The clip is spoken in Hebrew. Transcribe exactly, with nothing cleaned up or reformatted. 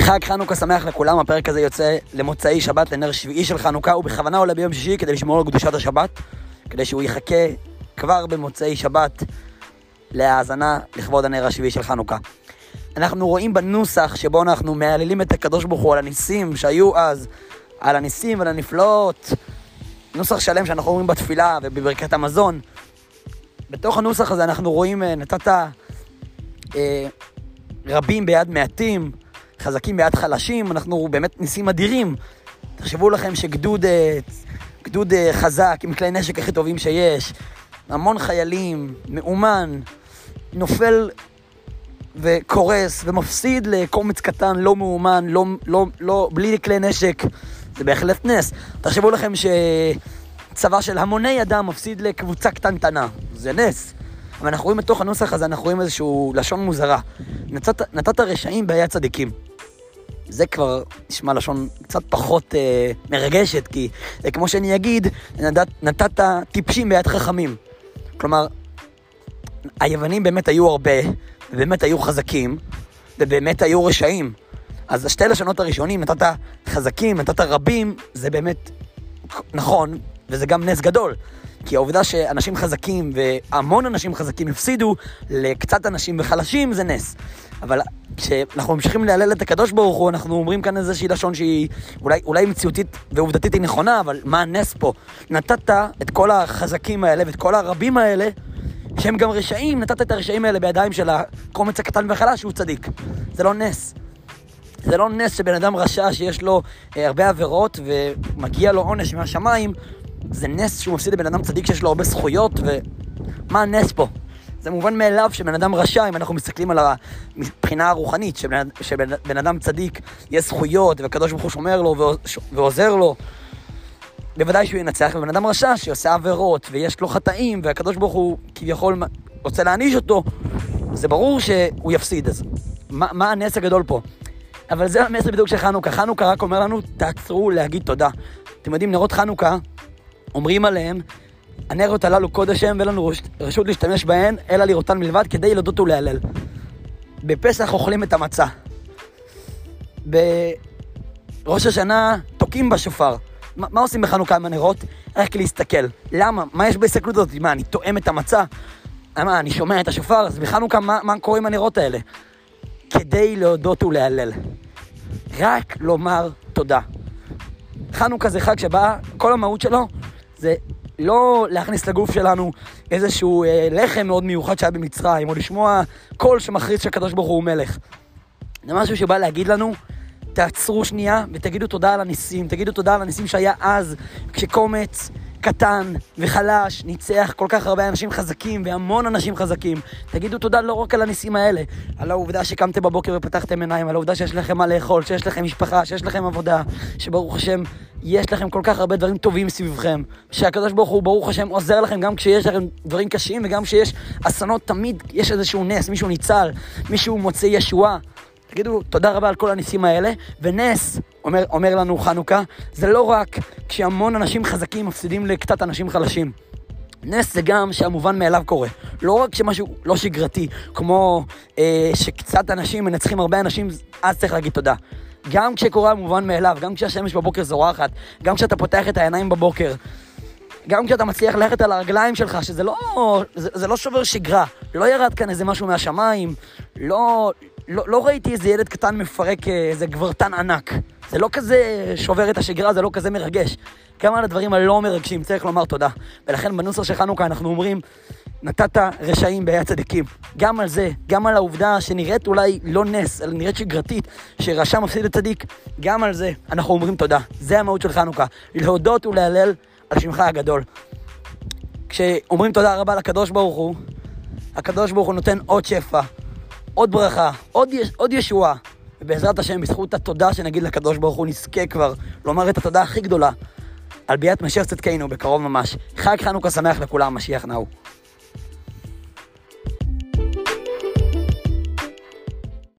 חג חנוכה שמח לכולם. הפרק הזה יוצא למוצאי שבת, לנר שביעי של חנוכה. הוא בכוונה עולה ביום שישי כדי לשמור על קדושת השבת, כדי שהוא יחכה כבר במוצאי שבת להאזנה לכבוד הנר השביעי של חנוכה. אנחנו רואים בנוסח שבו אנחנו מעללים את הקדוש ברוך הוא על הניסים שהיו אז, על הניסים ועל הנפלאות, נוסח שלם שאנחנו רואים בתפילה ובברכת המזון. בתוך הנוסח הזה אנחנו רואים נתת אה, רבים ביד מעטים, חזקים ביד חלשים. אנחנו באמת ניסים אדירים. תחשבו לכם שגדוד גדוד חזק עם כלי נשק הכי טובים שיש, המון חיילים, מאומן, נופל וקורס ומפסיד לקומץ קטן, לא מאומן, לא, לא, לא, בלי כלי נשק. זה בהחלט נס. תחשבו לכם שצבא של המוני אדם מפסיד לקבוצה קטנטנה. זה נס. אבל אנחנו רואים בתוך הנוסח הזה, אנחנו רואים איזשהו לשון מוזרה. נתת, נתת רשעים ביד צדיקים. זה כבר נשמע לשון קצת פחות אה, מרגשת, כי זה כמו שאני אגיד, נתת, נתת טיפשים ביד חכמים. כלומר, היוונים באמת היו הרבה, ובאמת היו חזקים, ובאמת היו רשעים. אז השתי לשונות הראשונים, נתת חזקים, נתת רבים, זה באמת נכון, וזה גם נס גדול. כי העובדה שאנשים חזקים והמון אנשים חזקים הפסידו לקצת אנשים וחלשים זה נס. אבל כשאנחנו ממשיכים להלל את הקדוש ברוך הוא, אנחנו אומרים כאן איזושהי לשון שהיא אולי, אולי מציאותית ועובדתית היא נכונה, אבל מה הנס פה? נתת את כל החזקים האלה ואת כל הרבים האלה, שהם גם רשעים, נתת את הרשעים האלה בידיים של הקומץ הקטן וחלש שהוא צדיק. זה לא נס. זה לא נס שבן אדם רשע שיש לו אה, הרבה עבירות ומגיע לו עונש מהשמיים. זה נס שהוא מפסיד לבן אדם צדיק שיש לו הרבה זכויות. ומה הנס פה? זה מובן מאליו שבן אדם רשע, אם אנחנו מסתכלים על הבחינה הרוחנית, שבן, שבן אדם צדיק יש זכויות והקדוש ברוך הוא שומר לו ועוזר לו, בוודאי שהוא ינצח. ובן אדם רשע שעושה עבירות ויש לו חטאים והקדוש ברוך הוא כביכול רוצה להעניש אותו, זה ברור שהוא יפסיד. אז מה, מה הנס הגדול פה? אבל זה המסר בדיוק של חנוכה. חנוכה רק אומר לנו, תעצרו להגיד תודה. אתם יודעים, נרות חנוכה, אומרים עליהם, הנרות הללו קודש השם ואין לנו רשות להשתמש בהן, אלא לראותן מלבד כדי להודות ולהלל. בפסח אוכלים את המצה. בראש השנה תוקעים בשופר. מה, מה עושים בחנוכה עם הנרות? רק להסתכל. למה? מה יש בהסתכלות הזאת? מה, אני תואם את המצה? מה, אני שומע את השופר? אז בחנוכה מה, מה קורה עם הנרות האלה? כדי להודות ולהלל. רק לומר תודה. חנוכה זה חג שבא, כל המהות שלו זה לא להכניס לגוף שלנו איזשהו אה, לחם מאוד מיוחד שהיה במצרים, או לשמוע קול שמכריז שהקדוש ברוך הוא מלך. זה משהו שבא להגיד לנו, תעצרו שנייה ותגידו תודה על הניסים, תגידו תודה על הניסים שהיה אז, כשקומץ קטן וחלש ניצח כל כך הרבה אנשים חזקים והמון אנשים חזקים. תגידו תודה לא רק על הניסים האלה, על העובדה שקמתם בבוקר ופתחתם עיניים, על העובדה שיש לכם מה לאכול, שיש לכם משפחה, שיש לכם עבודה, שברוך השם יש לכם כל כך הרבה דברים טובים סביבכם, שהקדוש ברוך הוא ברוך השם עוזר לכם גם כשיש לכם דברים קשים, וגם כשיש אסונות תמיד יש איזשהו נס, מישהו ניצל, מישהו מוצא ישועה. תגידו תודה רבה על כל הניסים האלה. ונס, אומר, אומר לנו חנוכה, זה לא רק כשהמון אנשים חזקים מפסידים לקצת אנשים חלשים. נס זה גם שהמובן מאליו קורה. לא רק שמשהו לא שגרתי, כמו אה, שקצת אנשים מנצחים הרבה אנשים, אז צריך להגיד תודה. גם כשקורה המובן מאליו, גם כשהשמש בבוקר זורחת, גם כשאתה פותח את העיניים בבוקר, גם כשאתה מצליח ללכת על הרגליים שלך, שזה לא, זה, זה לא שובר שגרה, לא ירד כאן איזה משהו מהשמיים, לא... לא, לא ראיתי איזה ילד קטן מפרק איזה גברתן ענק. זה לא כזה שובר את השגרה, זה לא כזה מרגש. גם על הדברים הלא מרגשים צריך לומר תודה. ולכן בנוסח של חנוכה אנחנו אומרים, נתת רשעים ביד צדיקים. גם על זה, גם על העובדה שנראית אולי לא נס, אלא נראית שגרתית, שרשע מפסיד לצדיק, גם על זה אנחנו אומרים תודה. זה המהות של חנוכה, להודות ולהלל על שמך הגדול. כשאומרים תודה רבה לקדוש ברוך הוא, הקדוש ברוך הוא נותן עוד שפע, עוד ברכה, עוד, יש, עוד ישועה. ובעזרת השם, בזכות התודה שנגיד לקדוש ברוך הוא, נזכה כבר לומר את התודה הכי גדולה על ביאת משיח צדקנו בקרוב ממש. חג חנוכה שמח לכולם, משיח נאו.